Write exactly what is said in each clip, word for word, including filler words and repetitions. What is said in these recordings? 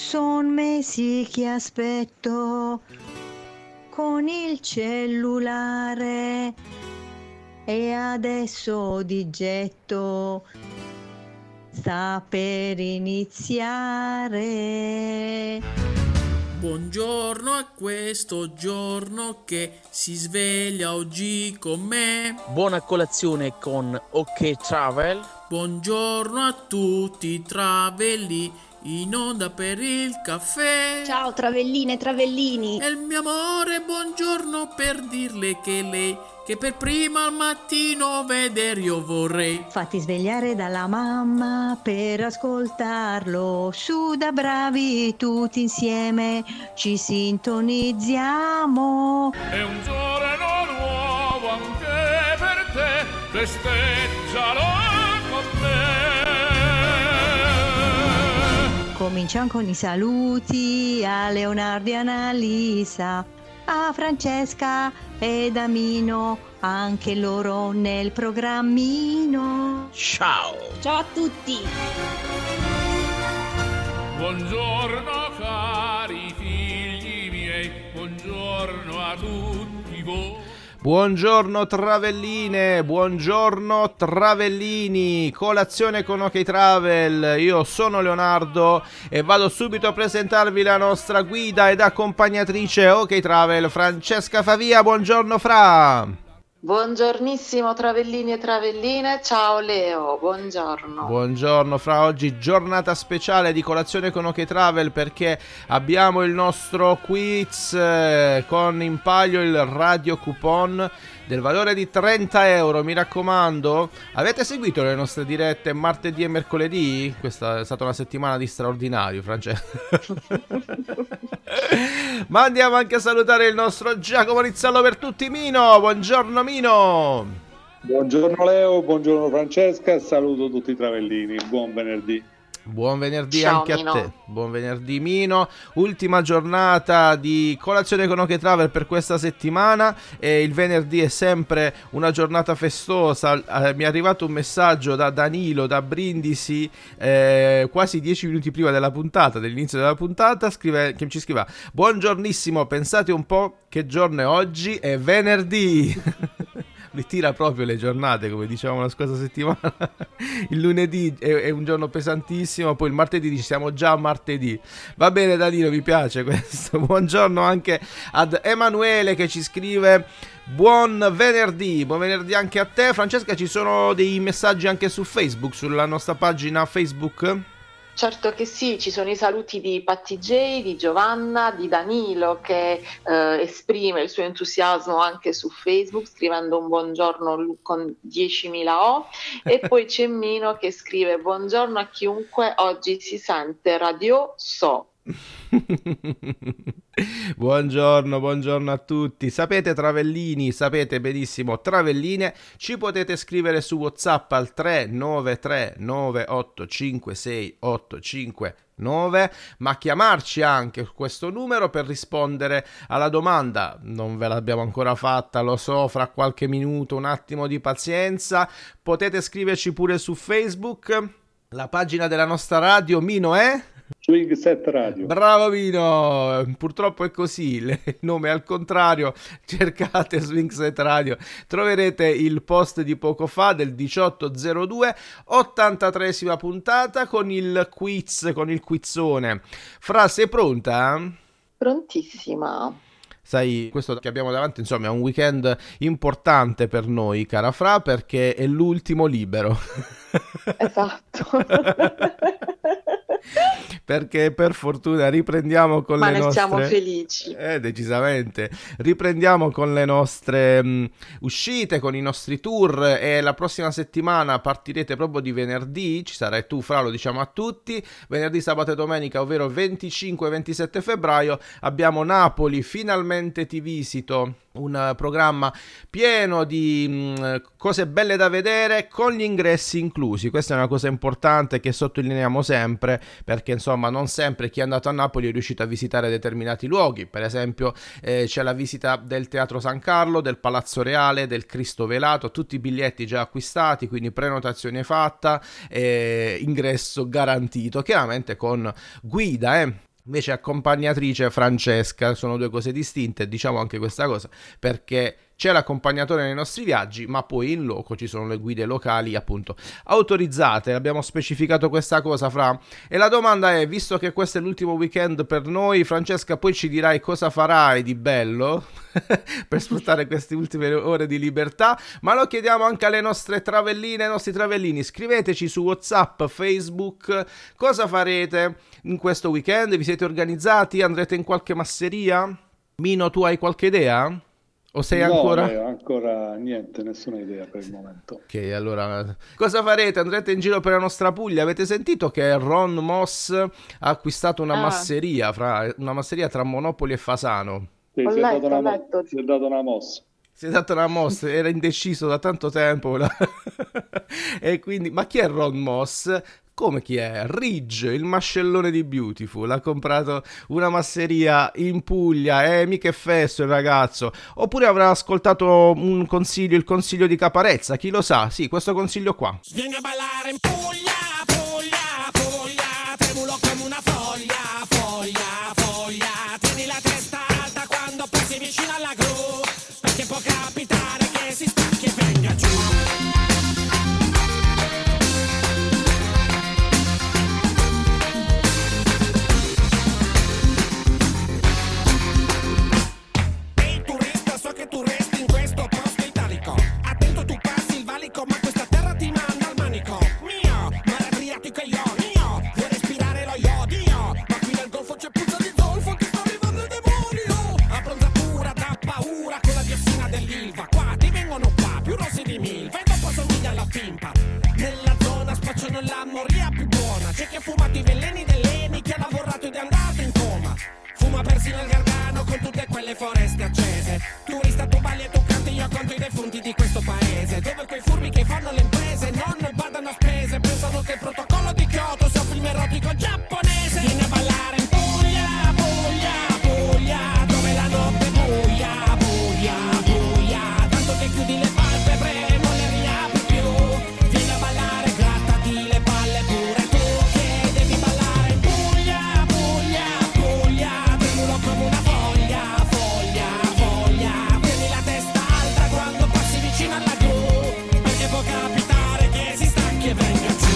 Son mesi che aspetto con il cellulare e adesso di getto sta per iniziare. Buongiorno a questo giorno che si sveglia oggi con me. Buona colazione con OK Travel. Buongiorno a tutti travelli in onda per il caffè. Ciao travelline e travellini. E il mio amore, buongiorno per dirle che lei che per prima al mattino vedere io vorrei. Fatti svegliare dalla mamma per ascoltarlo, su da bravi tutti insieme ci sintonizziamo. È un giorno nuovo anche per te, festeggialo con me. Cominciamo con i saluti a Leonardo e Annalisa, a Francesca ed Amino, anche loro nel programmino. Ciao! Ciao a tutti! Buongiorno cari figli miei, buongiorno a tutti voi. Buongiorno travelline, buongiorno travellini, colazione con OK Travel, io sono Leonardo e vado subito a presentarvi la nostra guida ed accompagnatrice OK Travel, Francesca Favia. Buongiorno Fra! Buongiornissimo travellini e travelline, ciao Leo, buongiorno. Buongiorno Fra, oggi giornata speciale di colazione con OK Travel perché abbiamo il nostro quiz eh, con in palio il radio coupon del valore di trenta euro, mi raccomando. Avete seguito le nostre dirette martedì e mercoledì? Questa è stata una settimana di straordinario, Francesco. Ma andiamo anche a salutare il nostro Giacomo Rizzallo per tutti, Mino. Buongiorno Mino. Buongiorno Leo, buongiorno Francesca, saluto tutti i travellini, buon venerdì. Buon venerdì. Ciao, anche Mino. a te. Buon venerdì Mino. Ultima giornata di colazione con OK Travel per questa settimana e il venerdì è sempre una giornata festosa. Eh, mi è arrivato un messaggio da Danilo da Brindisi eh, quasi dieci minuti prima della puntata, dell'inizio della puntata, scrive, che ci scriveva: buongiornissimo, pensate un po' che giorno è oggi? È venerdì. Lui tira proprio le giornate, come dicevamo la scorsa settimana. Il lunedì è, è un giorno pesantissimo, poi il martedì dice siamo già a martedì. Va bene Danilo, mi piace questo. Buongiorno anche ad Emanuele che ci scrive buon venerdì, buon venerdì anche a te. Francesca, ci sono dei messaggi anche su Facebook, sulla nostra pagina Facebook? Certo che sì, ci sono i saluti di Patti J, di Giovanna, di Danilo che eh, esprime il suo entusiasmo anche su Facebook scrivendo un buongiorno con diecimila O e poi c'è Mino che scrive buongiorno a chiunque oggi si sente radio so. Buongiorno, buongiorno a tutti. Sapete travellini, sapete benissimo travelline, ci potete scrivere su WhatsApp al tre nove tre nove otto cinque sei otto cinque nove, ma chiamarci anche questo numero per rispondere alla domanda. Non ve l'abbiamo ancora fatta, lo so, fra qualche minuto, un attimo di pazienza. Potete scriverci pure su Facebook. La pagina della nostra radio, Mino, è Swing Set Radio. Bravo Vino, purtroppo è così, il nome è al contrario, cercate Swing Set Radio, troverete il post di poco fa del diciotto zero due, ottantatreesima puntata con il quiz, con il quizzone. Fra, sei pronta? Prontissima. Sai, questo che abbiamo davanti, insomma, è un weekend importante per noi, cara Fra, perché è l'ultimo libero. Esatto. Perché per fortuna riprendiamo con Ma le ne nostre... siamo felici. Eh, decisamente. Riprendiamo con le nostre mh, uscite, con i nostri tour e la prossima settimana partirete proprio di venerdì, ci sarai tu Fra, lo diciamo a tutti, venerdì, sabato e domenica, ovvero venticinque e ventisette febbraio, abbiamo Napoli, finalmente ti visito, un programma pieno di mh, cose belle da vedere con gli ingressi inclusi. Questa è una cosa importante che sottolineiamo sempre, perché insomma non sempre chi è andato a Napoli è riuscito a visitare determinati luoghi. Per esempio eh, c'è la visita del Teatro San Carlo, del Palazzo Reale, del Cristo Velato, tutti i biglietti già acquistati, quindi prenotazione fatta, eh, ingresso garantito, chiaramente con guida, eh invece accompagnatrice Francesca, sono due cose distinte, diciamo anche questa cosa, perché c'è l'accompagnatore nei nostri viaggi, ma poi in loco ci sono le guide locali appunto autorizzate, abbiamo specificato questa cosa, Fra. E la domanda è, visto che questo è l'ultimo weekend per noi, Francesca, poi ci dirai cosa farai di bello per sfruttare queste ultime ore di libertà, ma lo chiediamo anche alle nostre travelline, ai nostri travellini. Scriveteci su WhatsApp, Facebook, cosa farete in questo weekend, vi siete organizzati, andrete in qualche masseria? Mino, tu hai qualche idea? O sei no, ancora? No, ancora niente, nessuna idea per il momento. Ok, allora cosa farete? Andrete in giro per la nostra Puglia? Avete sentito che Ron Moss ha acquistato una ah. masseria, fra, una masseria tra Monopoli e Fasano? Sì, si, letto, è una, si è dato una mossa. Si è dato una mossa, era indeciso da tanto tempo. E quindi, ma chi è Ron Moss? Come chi è? Ridge, il mascellone di Beautiful, ha comprato una masseria in Puglia, eh, mica è festo il ragazzo. Oppure avrà ascoltato un consiglio, il consiglio di Caparezza, chi lo sa? Sì, questo consiglio qua. Vieni a ballare in Puglia, Puglia, Puglia, tremulo come una foglia, foglia, foglia. Tieni la testa alta quando passi vicino alla gru, perché può capitare che si stacchi e venga giù. Tu resti in questo posto italico, attento tu passi il valico, ma questa terra ti manda al manico. Mio, mare Adriatico e io, mio, vuoi respirare lo iodio, ma qui nel golfo c'è puzza di zolfo che sta arrivando il demonio. A bronzatura da paura con la diossina dell'Ilva, qua ti vengono qua più rossi di milva e dopo somiglia alla pimpa. Nella zona spacciano la moria più buona, c'è chi ha fumato i veleni dell'Eni, chi ha lavorato ed è andato in coma. Fuma persino il Gargano con tutte quelle foreste accese. Turista tu balli e tu canti, io conto i defunti di questo paese, dove quei furbi che fanno le imprese non badano a spese, pensano che il protocollo di Kyoto sia un film erotico giapponese. Vieni a ballare in Puglia, Puglia, Puglia, dove la notte è buia, buia, buia, tanto che chiudi le palpebre e non le riapri più. Vieni a ballare, grattati le palle pure tu, che devi ballare in Puglia, Puglia, Puglia, tremulo come una foglia, foglia, foglia. Tieni la testa alta quando passi vicino alla gru, perché può capitare che si stacchi e venga giù.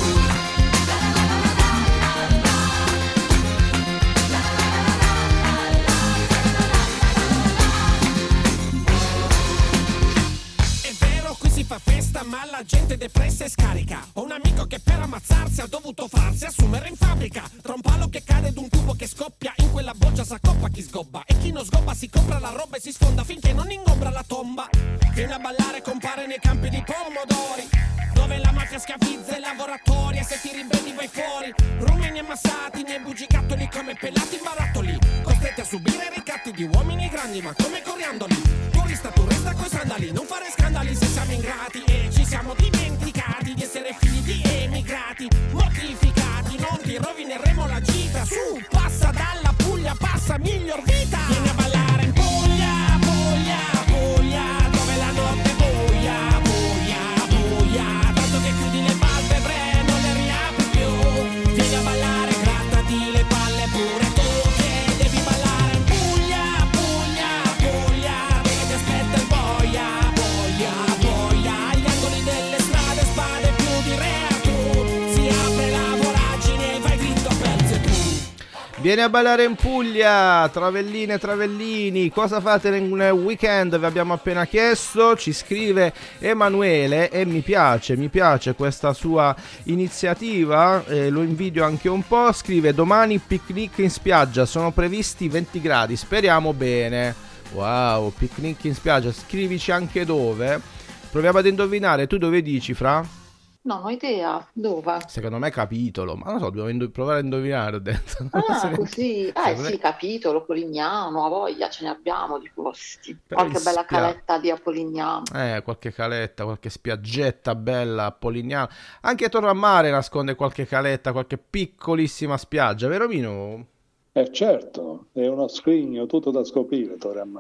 È vero, qui si fa festa, ma la gente depressa e scarica. Ho un amico che per ammazzarsi ha dovuto farsi assumere in fabbrica. Tra un palo che cade ed un tubo che scoppia, in quella boccia s'accoppa chi sgobba, e chi non sgobba si compra la roba e si sfonda finché non ingombra la tomba. Vieni a ballare, compare nei campi di pomodori, dove la mafia schiavizza i lavoratori, e se ti ribelli vai fuori. Rumeni ammassati nei bugigattoli come pelati barattoli, costretti a subire ricatti di uomini grandi ma come coriandoli. Turista tu resta coi sandali, non fare scandali se siamo ingrati, e ci siamo dimenticati di essere figli di emigrati mortificati. Non ti rovineremo la gita, su, passa dalla Puglia, passa miglior vita. Vieni a ballare in Puglia, Puglia, Puglia, dove la notte è buia, buia, buia, tanto che chiudi le palpebre e non le riapri più. Vieni a ballare, grattati le palle pure tu, che devi ballare in Puglia, Puglia, Puglia, dove ti aspetta il boia, boia, boia, agli angoli delle strade spade più di reatù, si apre la voragine e vai dritto per Zepù. Vieni a ballare in Puglia, travelline e travellini, cosa fate nel weekend? Vi abbiamo appena chiesto, ci scrive Emanuele e mi piace, mi piace questa sua iniziativa, eh, lo invidio anche un po', scrive domani picnic in spiaggia, sono previsti venti gradi, speriamo bene. Wow, picnic in spiaggia, scrivici anche dove, proviamo ad indovinare, tu dove dici, Fra? Non ho idea, dove? Secondo me capitolo, ma non so, dobbiamo indo- provare a indovinare, ho detto. Ah, così, eh me... sì, capitolo, Polignano, a voglia, ce ne abbiamo di posti. Però Qualche bella spia... caletta di a Polignano. Eh, qualche caletta, qualche spiaggetta bella a Polignano. Anche Torre a Mare nasconde qualche caletta, qualche piccolissima spiaggia, vero Mino? Eh certo, è uno scrigno tutto da scoprire Torre a Mare.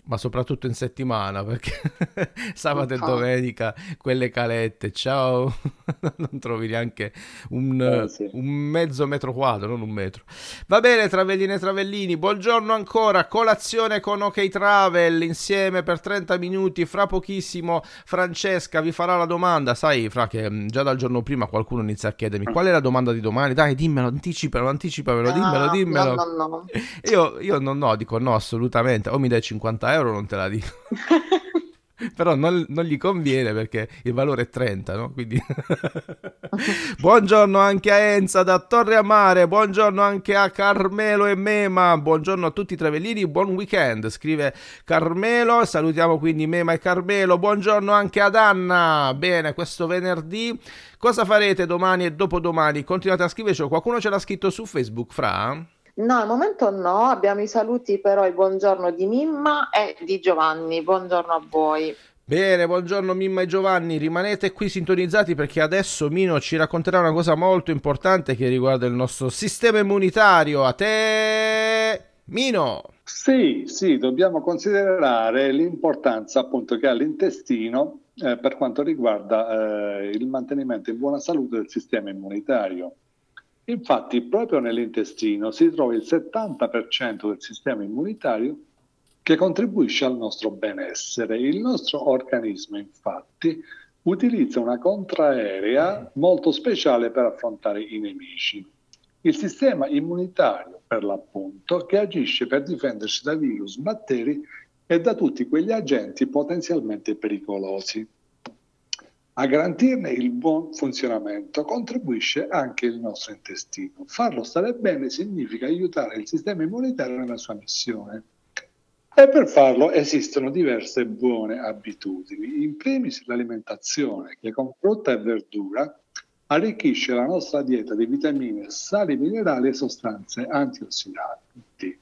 ma soprattutto in settimana, perché sabato e Ah. domenica quelle calette, ciao, non trovi neanche un, Eh, sì. un mezzo metro quadro, non un metro. Va bene, Travelline e Travellini, buongiorno ancora, colazione con OK Travel, insieme per trenta minuti, fra pochissimo Francesca vi farà la domanda, sai Fra che mh, già dal giorno prima qualcuno inizia a chiedermi qual è la domanda di domani, dai dimmelo, anticipalo, anticipamelo, dimmelo, Ah, dimmelo. No, no, no. Io, io non no, dico no, assolutamente. O mi dai cinquanta euro, non te la dico. Però non, non gli conviene perché il valore è trenta, no? Quindi buongiorno anche a Enza da Torre a Mare, buongiorno anche a Carmelo e Mema, buongiorno a tutti i Travellini, buon weekend, scrive Carmelo, salutiamo quindi Mema e Carmelo, buongiorno anche ad Anna, bene, questo venerdì cosa farete domani e dopodomani? Continuate a scriverci, qualcuno ce l'ha scritto su Facebook, Fra? No, al momento no, abbiamo i saluti però il buongiorno di Mimma e di Giovanni, buongiorno a voi. Bene, buongiorno Mimma e Giovanni, rimanete qui sintonizzati perché adesso Mino ci racconterà una cosa molto importante che riguarda il nostro sistema immunitario. A te, Mino! Sì, sì, dobbiamo considerare l'importanza appunto che ha l'intestino eh, per quanto riguarda eh, il mantenimento in buona salute del sistema immunitario. Infatti, proprio nell'intestino si trova il settanta per cento del sistema immunitario che contribuisce al nostro benessere. Il nostro organismo, infatti, utilizza una contraerea molto speciale per affrontare i nemici. Il sistema immunitario, per l'appunto, che agisce per difenderci da virus, batteri e da tutti quegli agenti potenzialmente pericolosi. A garantirne il buon funzionamento contribuisce anche il nostro intestino. Farlo stare bene significa aiutare il sistema immunitario nella sua missione. E per farlo esistono diverse buone abitudini. In primis l'alimentazione, che con frutta e verdura arricchisce la nostra dieta di vitamine, sali minerali e sostanze antiossidanti.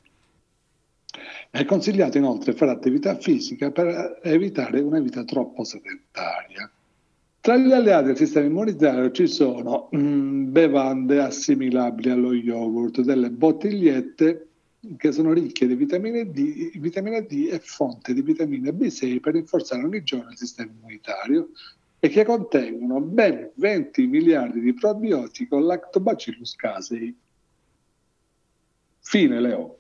È consigliato inoltre fare attività fisica per evitare una vita troppo sedentaria. Tra gli alleati del sistema immunitario ci sono mm, bevande assimilabili allo yogurt, delle bottigliette che sono ricche di vitamine D, vitamina D e fonte di vitamina B sei per rinforzare ogni giorno il sistema immunitario e che contengono ben venti miliardi di probiotici con Lactobacillus casei. Fine, Leo.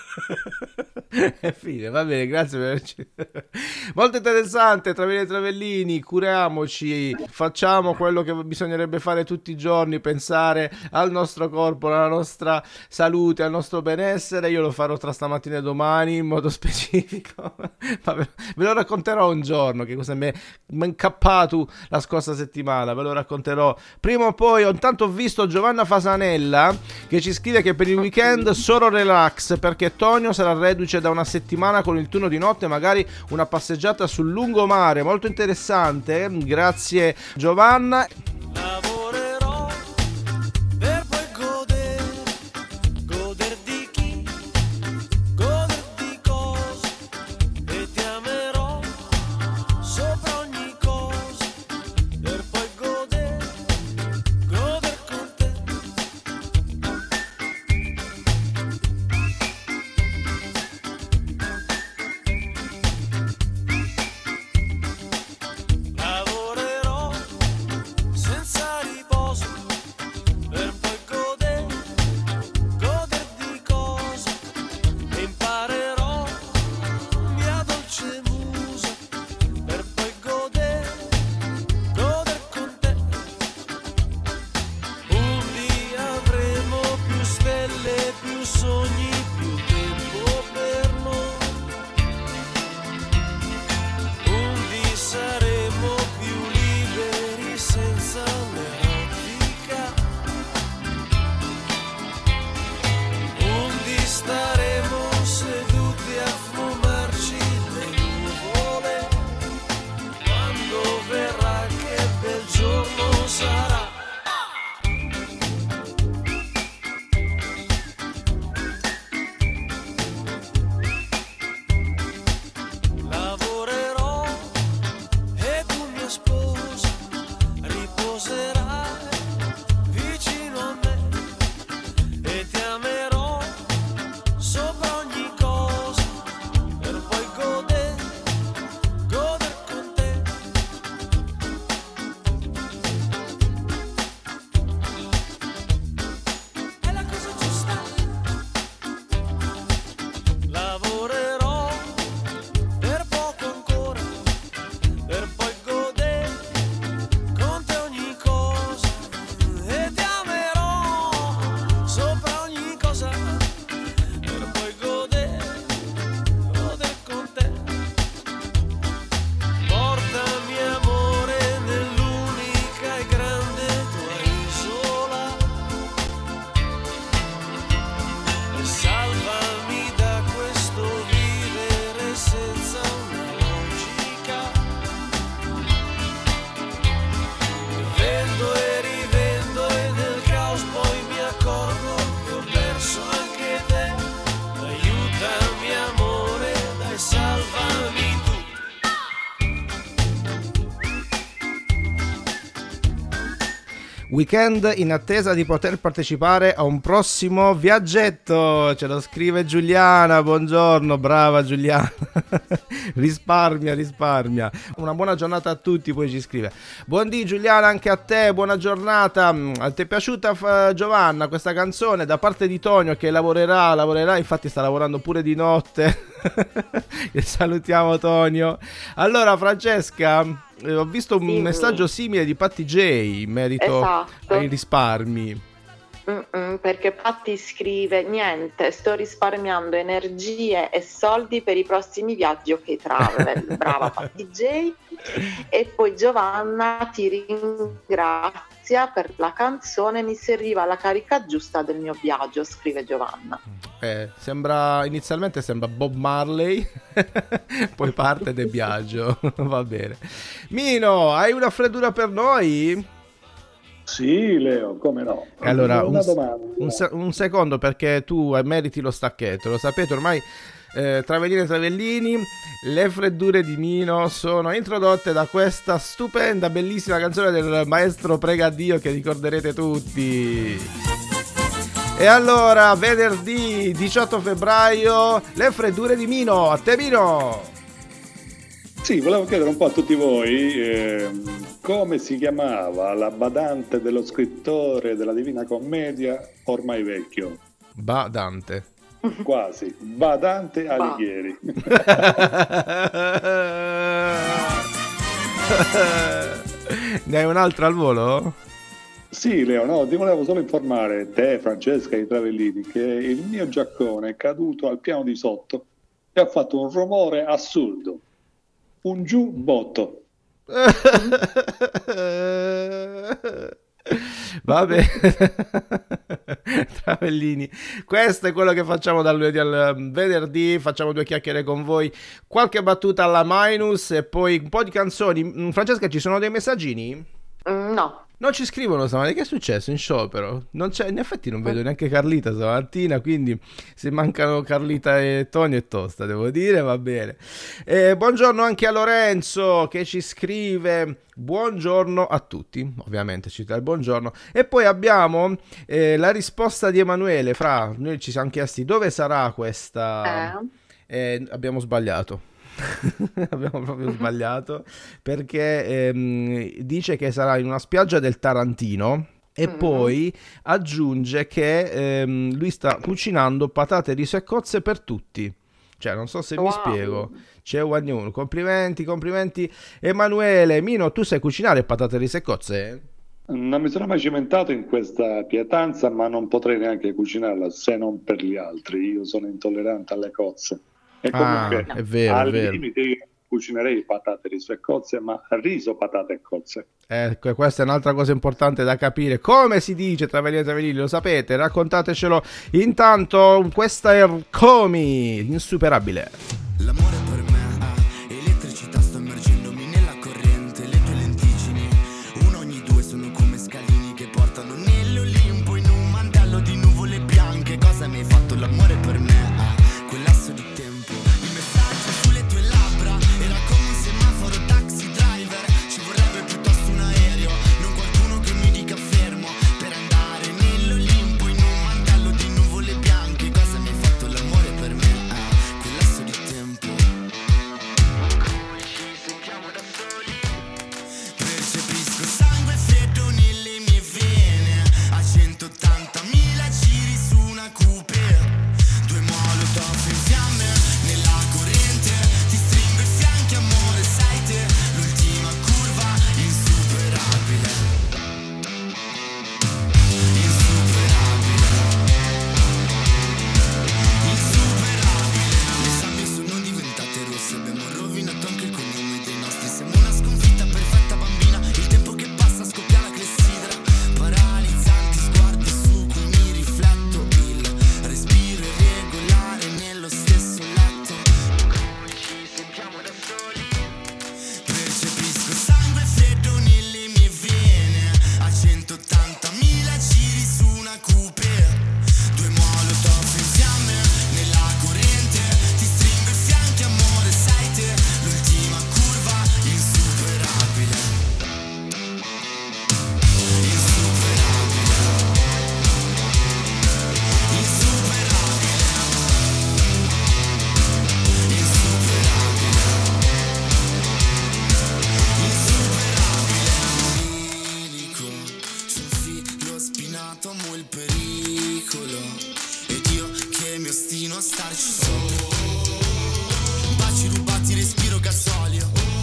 È fine, va bene, grazie per... Molto interessante, Travellini e Travellini, curiamoci, facciamo quello che bisognerebbe fare tutti i giorni, pensare al nostro corpo, alla nostra salute, al nostro benessere. Io lo farò tra stamattina e domani in modo specifico. Vabbè, ve lo racconterò un giorno, che cosa mi è incappato la scorsa settimana, ve lo racconterò prima o poi. Ho intanto visto Giovanna Fasanella che ci scrive che per il weekend solo relax perché Tonio sarà reduce da una settimana con il turno di notte, magari una passeggiata sul lungomare, molto interessante. Grazie Giovanna. Lavorerò per poi godere, goder di chi, goder di cosa, e ti amerò sopra ogni cosa, per poi godere, goder con te. Lavorerò senza Weekend in attesa di poter partecipare a un prossimo viaggetto. Ce lo scrive Giuliana. Buongiorno, brava Giuliana. risparmia, risparmia. Una buona giornata a tutti, poi ci scrive. Buondì Giuliana, anche a te, buona giornata. A te è piaciuta f- Giovanna questa canzone da parte di Tonio che lavorerà, lavorerà, infatti sta lavorando pure di notte. E salutiamo Tonio. Allora Francesca, eh, ho visto un Sì. messaggio simile di Patti J in merito Esatto. ai risparmi. Mm-mm, perché Patti scrive: niente, sto risparmiando energie e soldi per i prossimi viaggi OK Travel. Brava Patti J. E poi Giovanna ti ringrazia per la canzone, mi serviva la carica giusta del mio viaggio, scrive Giovanna. Eh, sembra inizialmente sembra Bob Marley, poi parte del viaggio. Va bene. Mino, hai una freddura per noi? Sì, Leo, come no? Allora, una un, domanda. un, se- un secondo, perché tu meriti lo stacchetto, lo sapete ormai. Eh, Travellini e Travellini, le freddure di Mino sono introdotte da questa stupenda, bellissima canzone del maestro Pregadio che ricorderete tutti. E allora, venerdì diciotto febbraio, le freddure di Mino. A te Mino! Sì, volevo chiedere un po' a tutti voi eh, come si chiamava la badante dello scrittore della Divina Commedia ormai vecchio. Badante. Quasi. Badante Alighieri. Ne hai un'altra al volo? Sì, Leo, no, ti volevo solo informare, te, Francesca e i Travellini, che il mio giaccone è caduto al piano di sotto e ha fatto un rumore assurdo. Un giubbotto. Va bene. Travellini, questo è quello che facciamo dal lunedì al venerdì. Facciamo due chiacchiere con voi, qualche battuta alla minus e poi un po' di canzoni. Francesca, ci sono dei messaggini? Mm, no. Non ci scrivono stamattina, che è successo in sciopero? Non c'è, in effetti non vedo neanche Carlita stamattina, quindi se mancano Carlita e Tonio è tosta, devo dire, va bene. Eh, buongiorno anche a Lorenzo che ci scrive buongiorno a tutti, ovviamente ci dà il buongiorno. E poi abbiamo eh, la risposta di Emanuele. Fra, noi ci siamo chiesti dove sarà questa... Eh, abbiamo sbagliato. Abbiamo proprio sbagliato perché ehm, dice che sarà in una spiaggia del Tarantino e mm. poi aggiunge che ehm, lui sta cucinando patate, riso e cozze per tutti. Cioè, non so se wow. mi spiego. C'è ognuno. Complimenti, complimenti Emanuele. Mino, tu sai cucinare patate, riso e cozze? Non mi sono mai cimentato in questa pietanza, ma non potrei neanche cucinarla se non per gli altri. Io sono intollerante alle cozze. E comunque ah, è vero, al è vero. limite io cucinerei patate, riso e cozze, ma riso, patate e cozze. Ecco, questa è un'altra cosa importante da capire. Come si dice Travellini e Travellini? Lo sapete? Raccontatecelo. Intanto questa è Comi, insuperabile. L'amore per me è elettricità, sto immergendomi nella corrente. Le tue lenticini, uno ogni due sono come scalini che portano nell'Olimpo in un mantello di nuvole bianche. Cosa mi hai fatto l'amore per me? Quel lasso di tempo, il messaggio sulle tue labbra era come un semaforo taxi driver. Ci vorrebbe piuttosto un aereo, non qualcuno che mi dica fermo, per andare nell'Olimpo in un mantello di nuvole bianche. Cosa mi hai fatto l'amore per me? Ah, quel lasso di tempo. starci sopra. Baci rubati, respiro gasolio.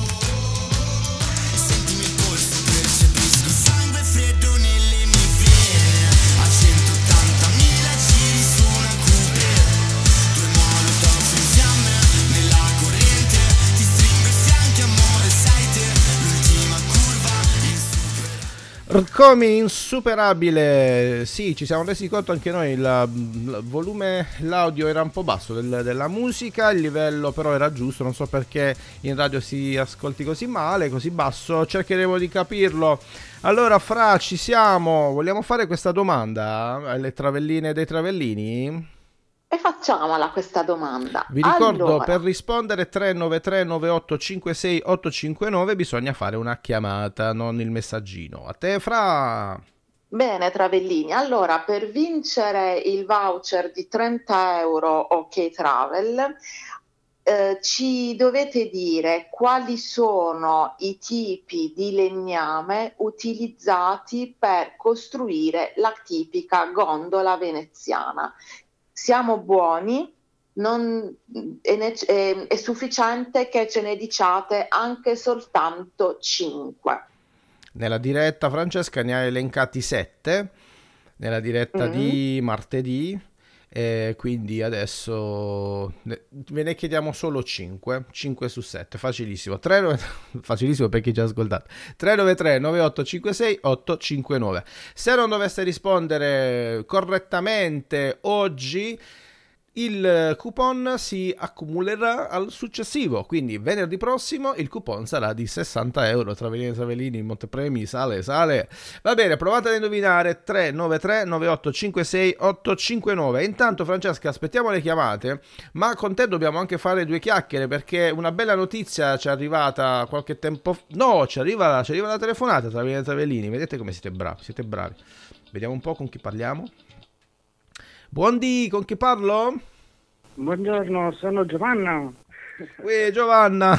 Sentimi il polso, percepisco sangue freddo nelle mie vene. A centottantamila giri su una coupe. Due molotov in fiamme nella corrente. Ti stringo i fianchi, amore, sei te. L'ultima curva in super. Come insuperabile. Sì, ci siamo resi conto anche noi, il, il volume, l'audio era un po' basso del, della musica, il livello però era giusto, non so perché in radio si ascolti così male, così basso, cercheremo di capirlo. Allora, Fra, ci siamo, vogliamo fare questa domanda alle travelline dei travellini? E facciamola questa domanda. Vi ricordo, Allora, per rispondere tre nove tre nove otto cinque sei otto cinque nove bisogna fare una chiamata, non il messaggino. A te, Fra. bene, Travellini, allora per vincere il voucher di trenta euro OK Travel eh, ci dovete dire quali sono i tipi di legname utilizzati per costruire la tipica gondola veneziana. Siamo buoni, non, è, nec- è, è sufficiente che ce ne diciate anche soltanto cinque. Nella diretta, Francesca, ne ha elencati sette, nella diretta Mm. di martedì, e quindi adesso ne- ve ne chiediamo solo cinque, cinque su sette, facilissimo, tre nove facilissimo per chi ci ha ascoltato, tre nove tre nove otto cinque sei otto cinque nove. Se non doveste rispondere correttamente oggi, il coupon si accumulerà al successivo, quindi venerdì prossimo il coupon sarà di sessanta euro. Travellini Travellini, Montepremi, sale, sale. Va bene, provate ad indovinare. Tre nove tre nove otto cinque sei otto cinque nove. Intanto, Francesca, aspettiamo le chiamate, ma con te dobbiamo anche fare due chiacchiere, perché una bella notizia ci è arrivata qualche tempo fa. No, ci arriva, ci arriva la telefonata. Travellini Travellini, vedete come siete bravi, siete bravi. Vediamo un po' con chi parliamo. Buondì, con chi parlo? Buongiorno, sono Giovanna. Qui Giovanna.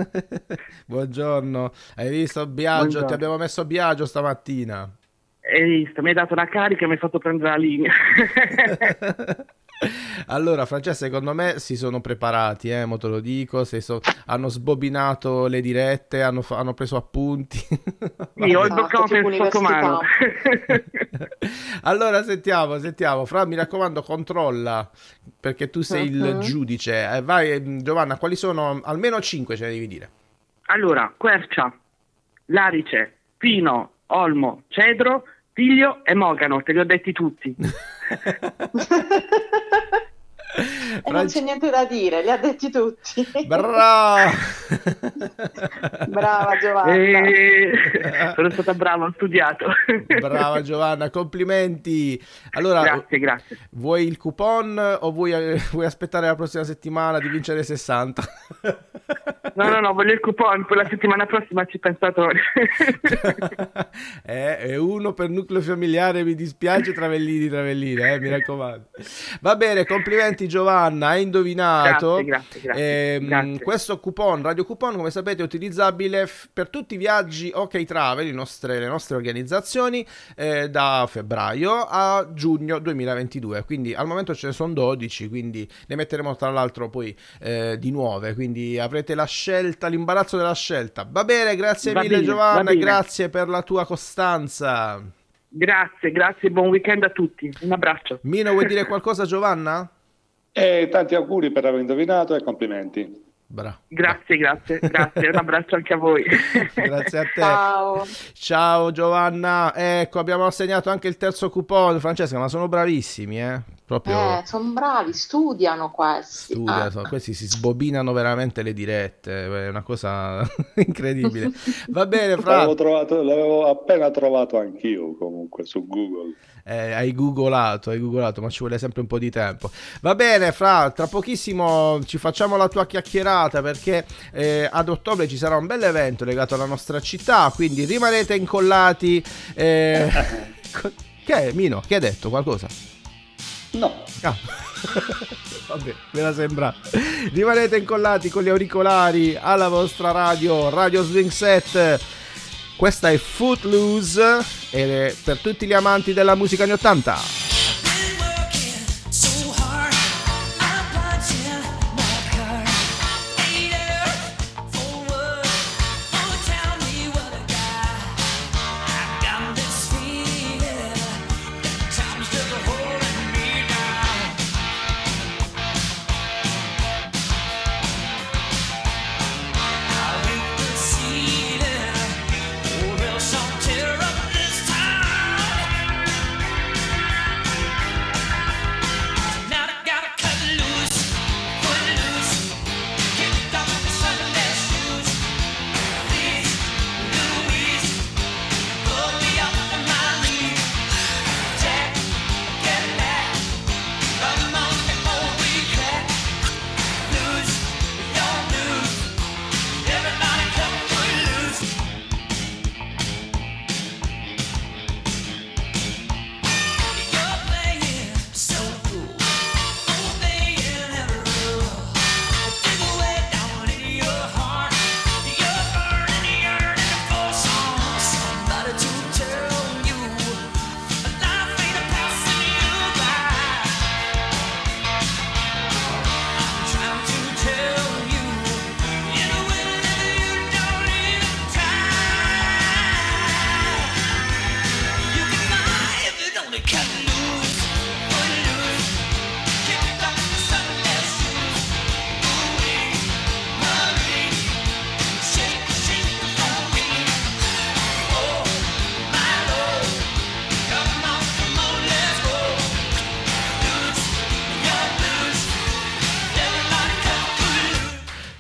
Buongiorno. Hai visto Biagio? Buongiorno. Ti abbiamo messo Biagio stamattina. Hai visto, mi hai dato la carica e mi hai fatto prendere la linea. Allora, Francesca, secondo me si sono preparati, eh, mo te lo dico, se so- hanno sbobinato le dirette, hanno, fa- hanno preso appunti. Io ho il bloccone sotto mano. Allora, sentiamo, sentiamo. Fra, mi raccomando, controlla, perché tu sei il Mhm. giudice. Eh, vai, eh, Giovanna, quali sono? Almeno cinque ce ne devi dire. Allora, quercia, larice, pino, olmo, cedro, tiglio e mogano, te li ho detti tutti. E non c'è niente da dire, li ha detti tutti. Brava! Brava Giovanna. E... sono stata brava, ho studiato. Brava Giovanna, complimenti. Allora, Grazie, grazie. vuoi il coupon o vuoi, vuoi aspettare la prossima settimana di vincere sessanta? No, no, no, voglio il coupon, poi la settimana prossima ci pensatori. Eh, è uno per nucleo familiare, mi dispiace, Travellini, Travellini, eh, mi raccomando. Va bene, complimenti Giovanna, hai indovinato. Grazie, grazie, grazie, Ehm, grazie. Questo coupon, radio coupon, come sapete, è utilizzabile f- per tutti i viaggi OK Travel, le nostre, le nostre organizzazioni, eh, da febbraio a giugno duemilaventidue. Quindi al momento ce ne sono dodici, quindi ne metteremo tra l'altro poi eh, di nuove, quindi avrete la scelta, l'imbarazzo della scelta. Va bene, grazie Va mille bene, va Giovanna, bene. grazie per la tua costanza. Grazie, grazie, buon weekend a tutti. Un abbraccio. Mino, vuoi dire qualcosa, Giovanna? E tanti auguri per aver indovinato e complimenti. Bra. Grazie, grazie, grazie. Un abbraccio anche a voi. Grazie a te. Ciao. Ciao Giovanna. Ecco, abbiamo assegnato anche il terzo coupon. Francesca, ma sono bravissimi, eh? Proprio Eh, sono bravi, studiano questi. studia, Ah. so- questi si sbobinano veramente le dirette, è una cosa incredibile. Va bene, Fra. L'avevo, trovato, l'avevo appena trovato anch'io comunque su Google. Eh, hai googolato, hai googolato, ma ci vuole sempre un po' di tempo. Va bene, Fra, tra pochissimo ci facciamo la tua chiacchierata, perché eh, ad ottobre ci sarà un bel evento legato alla nostra città, quindi rimanete incollati. eh, co- Che è, Mino? Che hai detto? Qualcosa? No. Ah. Vabbè, me la sembra. Rimanete incollati con gli auricolari alla vostra radio, Radio Swing Set. Questa è Footloose ed è per tutti gli amanti della musica anni ottanta. So hard, I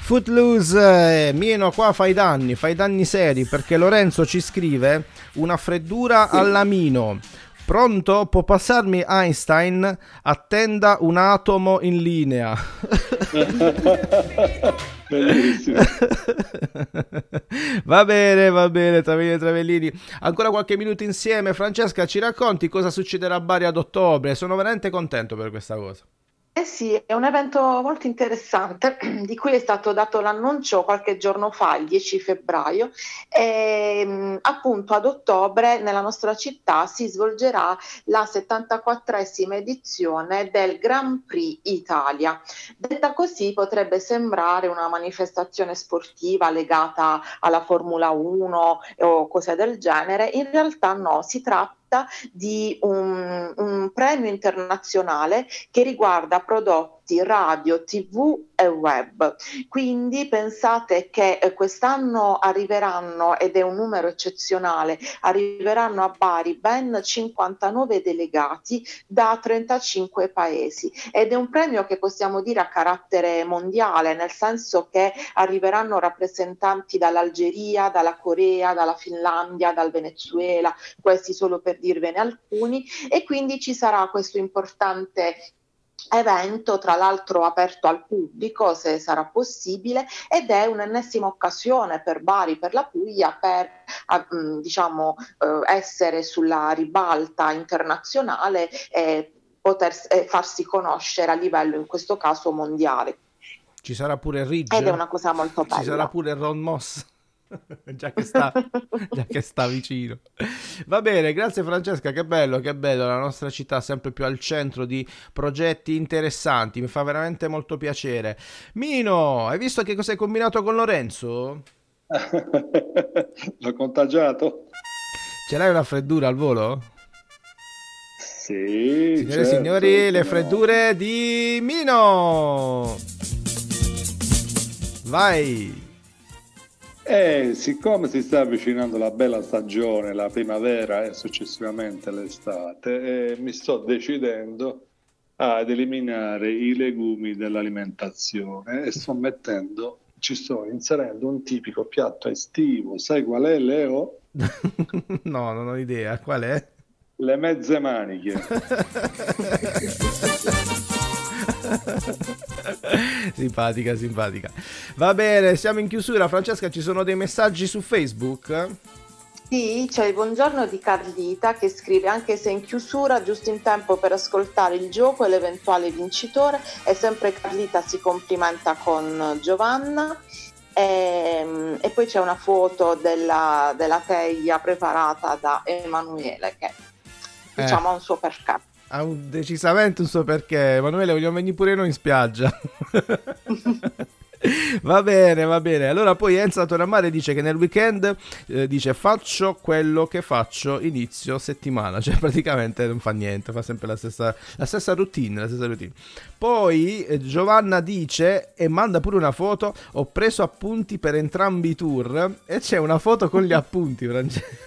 Footloose, eh, Mino, qua fai danni, fai danni seri, perché Lorenzo ci scrive una freddura alla Mino. Pronto? Può passarmi Einstein? Attenda un atomo in linea. Bellissimo. Va bene, va bene, Travellini e Travellini. Ancora qualche minuto insieme. Francesca, ci racconti cosa succederà a Bari ad ottobre? Sono veramente contento per questa cosa. Eh sì, è un evento molto interessante di cui è stato dato l'annuncio qualche giorno fa, il dieci febbraio, e appunto ad ottobre nella nostra città si svolgerà la settantaquattresima edizione del Grand Prix Italia. Detta così potrebbe sembrare una manifestazione sportiva legata alla Formula uno o cose del genere, in realtà no, si tratta di un, un premio internazionale che riguarda prodotti radio, tivù e web. Quindi pensate che eh, quest'anno arriveranno, ed è un numero eccezionale, arriveranno a Bari ben cinquantanove delegati da trentacinque paesi, ed è un premio che possiamo dire a carattere mondiale, nel senso che arriveranno rappresentanti dall'Algeria, dalla Corea, dalla Finlandia, dal Venezuela, questi solo per dirvene alcuni, e quindi ci sarà questo importante evento, tra l'altro aperto al pubblico se sarà possibile, ed è un'ennesima occasione per Bari, per la Puglia, per eh, diciamo eh, essere sulla ribalta internazionale e poter eh, farsi conoscere a livello, in questo caso, mondiale. Ci sarà pure Ridge. Ed è una cosa molto bella. Ci sarà pure Ron Moss. già, che sta, già che sta vicino. Va bene, grazie Francesca, che bello, che bello, la nostra città sempre più al centro di progetti interessanti, mi fa veramente molto piacere. Mino, hai visto che cosa hai combinato con Lorenzo? L'ho contagiato. Ce l'hai una freddura al volo? Sì, signore e certo, signori, le no. freddure di Mino. Vai. E siccome si sta avvicinando la bella stagione, la primavera e successivamente l'estate, eh, mi sto decidendo ad eliminare i legumi dell'alimentazione e sto mettendo, ci sto inserendo un tipico piatto estivo. Sai qual è, Leo? No, non ho idea. Qual è? Le mezze maniche. Simpatica, simpatica. Va bene, siamo in chiusura. Francesca, ci sono dei messaggi su Facebook? Sì, c'è il buongiorno di Carlita che scrive: anche se in chiusura, giusto in tempo per ascoltare il gioco e l'eventuale vincitore. E sempre Carlita si complimenta con Giovanna. E, e poi c'è una foto della, della teglia preparata da Emanuele che diciamo ha eh. un suo perché. Ha un, decisamente un suo perché. Emanuele, vogliamo venire pure noi in spiaggia. Va bene, va bene. Allora poi Enza Toramare dice che nel weekend eh, dice faccio quello che faccio inizio settimana, cioè praticamente non fa niente, fa sempre la stessa, la stessa routine, la stessa routine. Poi eh, Giovanna dice, e manda pure una foto, ho preso appunti per entrambi i tour, e c'è una foto con gli appunti, Francesco.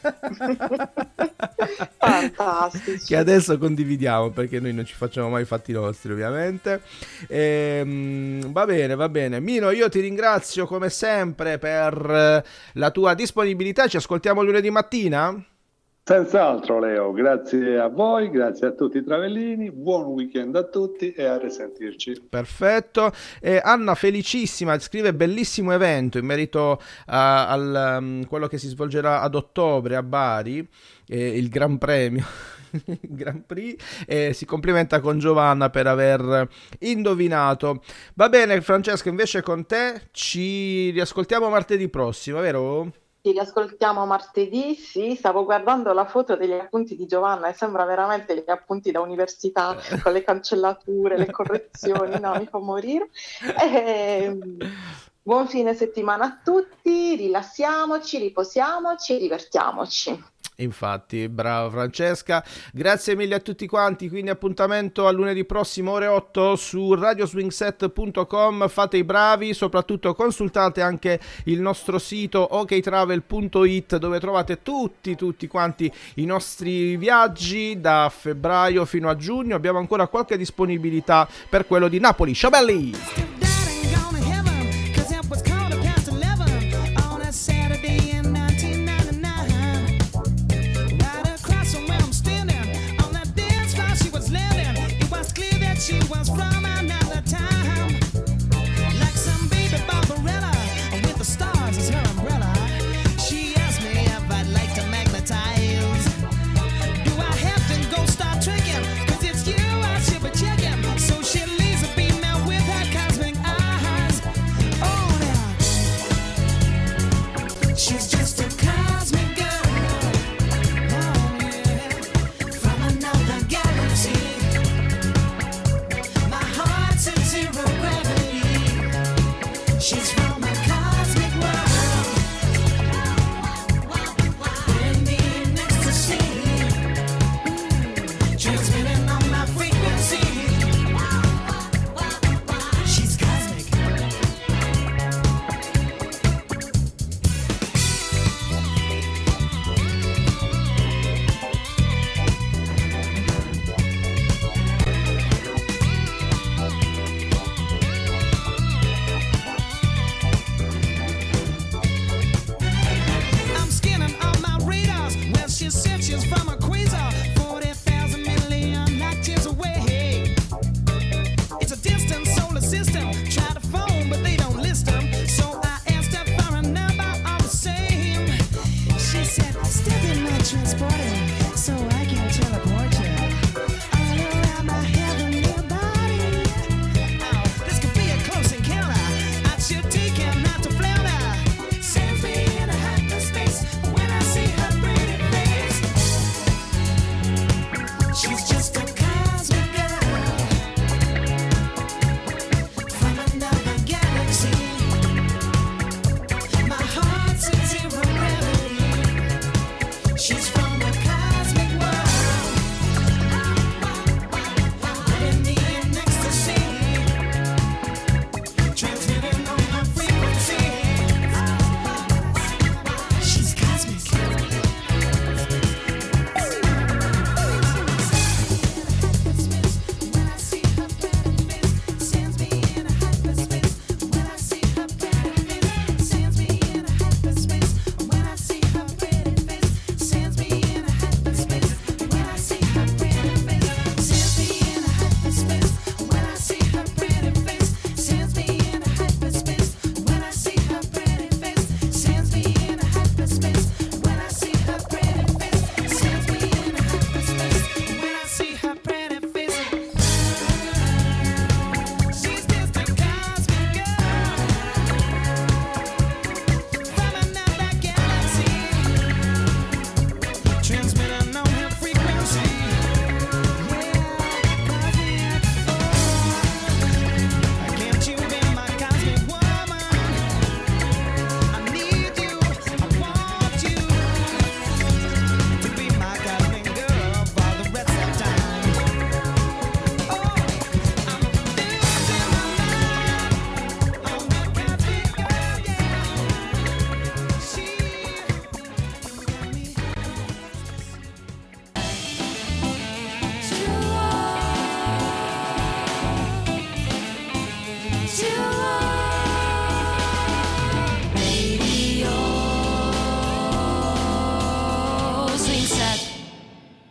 Fantastici, che adesso condividiamo perché noi non ci facciamo mai i fatti nostri, ovviamente. Ehm, va bene, va bene. Mino, io ti ringrazio come sempre per la tua disponibilità. Ci ascoltiamo lunedì mattina? Senz'altro, Leo, grazie a voi, grazie a tutti i travellini, buon weekend a tutti e a risentirci. Perfetto. E Anna Felicissima scrive bellissimo evento in merito a, al um, quello che si svolgerà ad ottobre a Bari, eh, il Gran Premio. Grand Prix, e si complimenta con Giovanna per aver indovinato. Va bene Francesca, invece con te ci riascoltiamo martedì prossimo, vero? Ci riascoltiamo martedì, sì, stavo guardando la foto degli appunti di Giovanna e sembra veramente gli appunti da università con le cancellature, le correzioni, no, mi fa morire. E, buon fine settimana a tutti, rilassiamoci, riposiamoci e divertiamoci. Infatti, brava Francesca, grazie mille a tutti quanti, quindi appuntamento a lunedì prossimo ore otto su radio swing set punto com, fate i bravi, soprattutto consultate anche il nostro sito ok travel punto it dove trovate tutti tutti quanti i nostri viaggi da febbraio fino a giugno, abbiamo ancora qualche disponibilità per quello di Napoli. Ciao belli! she was from